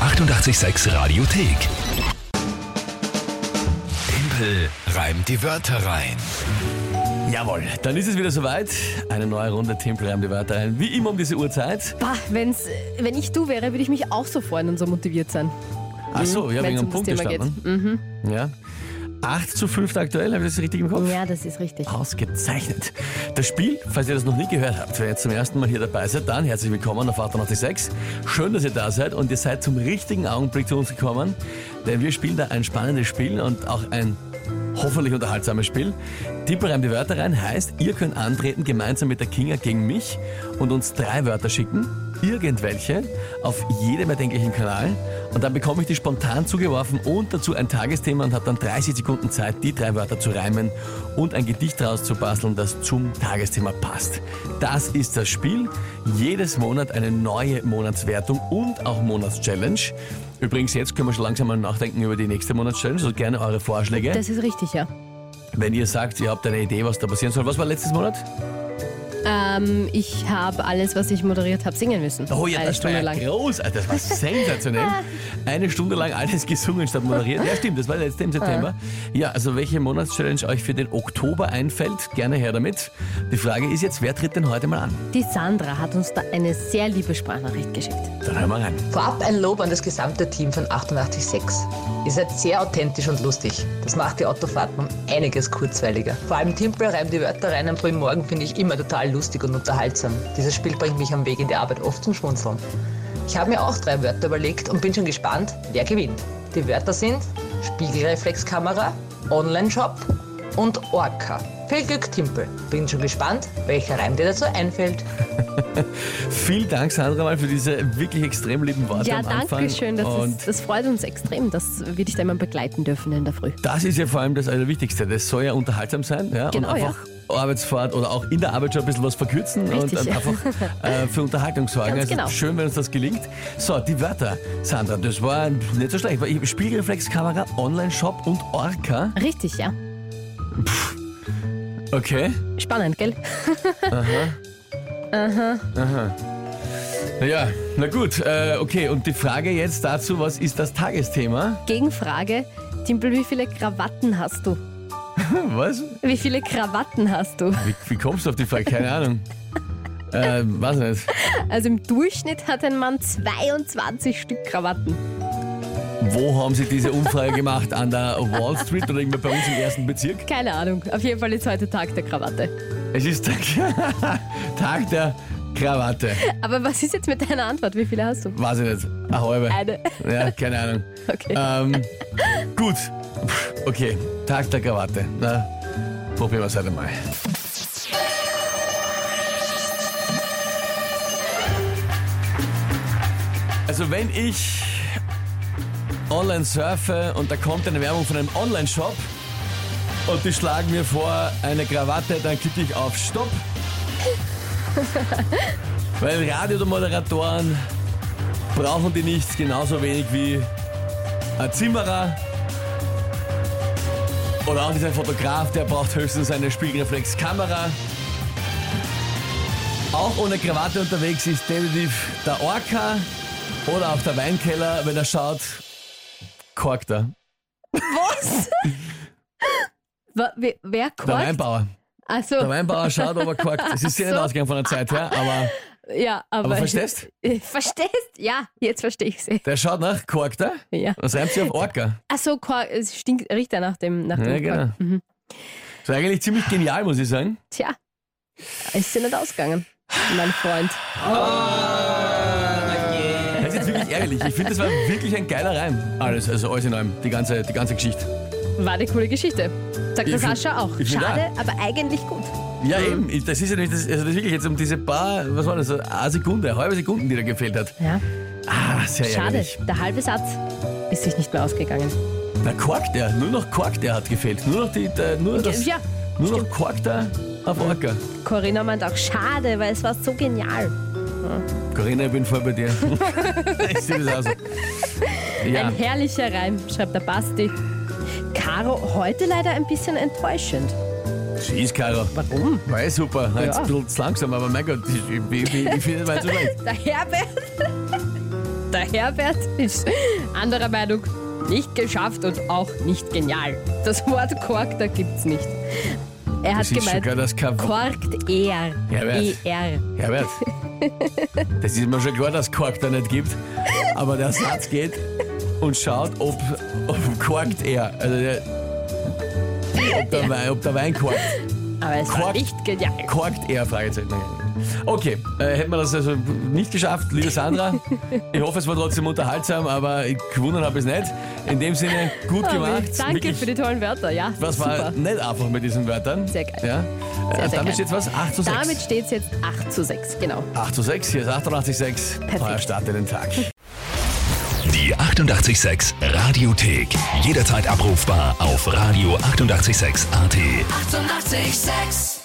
886 Radiothek. Tempel reimt die Wörter rein. Jawohl, dann ist es wieder soweit. Eine neue Runde Tempel reimt die Wörter rein. Wie immer um diese Uhrzeit. Bah, wenn ich du wäre, würde ich mich auch so freuen und so motiviert sein. Ach so, ja, wegen Wenn's einem um das Thema Punktestand. geht. Ne? Ja. 8:5 aktuell, habe ich das richtig im Kopf? Ja, das ist richtig. Ausgezeichnet. Das Spiel, falls ihr das noch nie gehört habt, wenn ihr jetzt zum ersten Mal hier dabei seid, dann herzlich willkommen auf 886. Schön, dass ihr da seid und ihr seid zum richtigen Augenblick zu uns gekommen, denn wir spielen da ein spannendes Spiel und auch ein hoffentlich unterhaltsames Spiel. Tempel reimt die Wörter rein heißt, ihr könnt antreten gemeinsam mit der Kinga gegen mich und uns 3 Wörter schicken, irgendwelche, auf jedem erdenklichen Kanal. Und dann bekomme ich die spontan zugeworfen und dazu ein Tagesthema und habe dann 30 Sekunden Zeit, die 3 Wörter zu reimen und ein Gedicht rauszubasteln, das zum Tagesthema passt. Das ist das Spiel. Jedes Monat eine neue Monatswertung und auch Monatschallenge. Übrigens, jetzt können wir schon langsam mal nachdenken über die nächste Monatschallenge, also gerne eure Vorschläge. Das ist richtig, ja. Wenn ihr sagt, ihr habt eine Idee, was da passieren soll. Was war letztes Monat? Ich habe alles, was ich moderiert habe, singen müssen. Oh ja, Eine das war Stunde ja lang. großartig, das war sensationell. Eine Stunde lang alles gesungen statt moderiert. Ja stimmt, das war letzte im September. Ja, also welche Monatschallenge euch für den Oktober einfällt, gerne her damit. Die Frage ist jetzt, wer tritt denn heute mal an? Die Sandra hat uns da eine sehr liebe Sprachnachricht geschickt. Dann hören wir rein. Vorab ein Lob an das gesamte Team von 886. Ihr seid sehr authentisch und lustig. Das macht die Autofahrten um einiges kurzweiliger. Vor allem Tempel reimt die Wörter rein am frühen Morgen finde ich immer total lustig und unterhaltsam. Dieses Spiel bringt mich am Weg in die Arbeit oft zum Schmunzeln. Ich habe mir auch 3 Wörter überlegt und bin schon gespannt, wer gewinnt. Die Wörter sind Spiegelreflexkamera, Online-Shop und Orca. Viel Glück, Tempel. Bin schon gespannt, welcher Reim dir dazu einfällt. Vielen Dank, Sandra, mal für diese wirklich extrem lieben Worte Ja, am Anfang. danke schön. Und Das freut uns extrem, dass wir dich da immer begleiten dürfen in der Früh. das ist ja vor allem das Allerwichtigste. Das soll ja unterhaltsam sein, ja? Genau, und einfach Arbeitsfahrt oder auch in der Arbeit schon ein bisschen was verkürzen Richtig, und ja. einfach für Unterhaltung sorgen. Ganz Also genau. schön, wenn uns das gelingt. So, die Wörter, Sandra, das war nicht so schlecht. Spiegelreflexkamera, Online-Shop und Orca. Richtig, ja. Okay. Spannend, gell? Ja, na gut. Okay, und die Frage jetzt dazu, was ist das Tagesthema? Gegenfrage. Timpel, wie viele Krawatten hast du? Was? Wie viele Krawatten hast du? Wie kommst du auf die Frage? Keine Ahnung. Weiß nicht. Also im Durchschnitt hat ein Mann 22 Stück Krawatten. Wo haben Sie diese Umfrage gemacht? An der Wall Street oder irgendwo bei uns im ersten Bezirk? Keine Ahnung. Auf jeden Fall ist heute Tag der Krawatte. Es ist Tag der Krawatte. Aber was ist jetzt mit deiner Antwort? Wie viele hast du? Weiß ich nicht. Eine halbe. Eine. Ja, keine Ahnung. Okay. Gut. Okay, Tag der Krawatte. Na, probieren wir es halt einmal. Also wenn ich online surfe und da kommt eine Werbung von einem Online-Shop und die schlagen mir vor eine Krawatte, dann klicke ich auf Stopp. Weil Radiomoderatoren brauchen die nicht genauso wenig wie ein Zimmerer oder auch nicht ein Fotograf, der braucht höchstens eine Spiegelreflexkamera. Auch ohne Krawatte unterwegs ist definitiv der Orca oder auch der Weinkeller, wenn er schaut, korkt er. Was? Wer Der korkt? Weinbauer. Also, Der Weinbauer schaut, ob er korkt. Es ist ja nicht so. ausgegangen von der Zeit her, aber ja, aber verstehst? Verstehst? Ja, jetzt verstehe ich sie. der schaut nach, korkt er? Ja. Was reimt sich auf Orca? Achso, es stinkt, riecht ja nach dem Ja, Kork. genau. Das ist eigentlich ziemlich genial, muss ich sagen. Tja, ist sie nicht ausgegangen, mein Freund. Das ist jetzt wirklich ärgerlich. Ich finde, das war wirklich ein geiler Reim. Alles in allem, die ganze Geschichte. War eine coole Geschichte. Sagt der Ich find- Sascha auch. ich find Schade, aber eigentlich gut. Ja, eben. Das ist ja nicht, das ist wirklich jetzt um diese paar, was war das, eine Sekunde, halbe Sekunden, die da gefehlt hat. Ja. Sehr Schade, ärgerlich. der halbe Satz ist sich nicht mehr ausgegangen. Na, korkt der, nur noch korkt der hat gefehlt. Nur noch Ja, nur noch korkt der auf Orca. Corinna meint auch schade, weil es war so genial. Corinna, ich bin voll bei dir. Ich sehe das aus. Ja. Ein herrlicher Reim, schreibt der Basti. Caro, heute leider ein bisschen enttäuschend. Sie ist Caro. Warum? War eh super. Jetzt Ja. ein bisschen zu langsam, aber mein Gott, ich finde es mal zu schlecht. Der Herbert. Der Herbert ist anderer Meinung, nicht geschafft und auch nicht genial. Das Wort korkt, da gibt's nicht. Er hat gemeint, sogar das korkt er. Herbert. ER. Herbert, das ist mir schon klar, dass Kork da nicht gibt. Aber der Satz geht und schaut, ob korkt er. Also ob der Wein korkt. Aber es war nicht genial. Korkt er? Fragezeichen. Okay, hätten wir das also nicht geschafft, liebe Sandra. Ich hoffe, es war trotzdem unterhaltsam, aber gewonnen habe ich es nicht. In dem Sinne, gut gemacht. Danke Wirklich, für die tollen Wörter, ja. was super. war nicht einfach mit diesen Wörtern. Sehr geil. Ja? Sehr Damit geil. steht es was? 8:6. Damit steht es jetzt 8:6, genau. 8:6, hier ist 88,6. Euer Start in den Tag. Die 88,6 Radiothek. Jederzeit abrufbar auf radio886.at. 88,6. Eighty-eight, 6.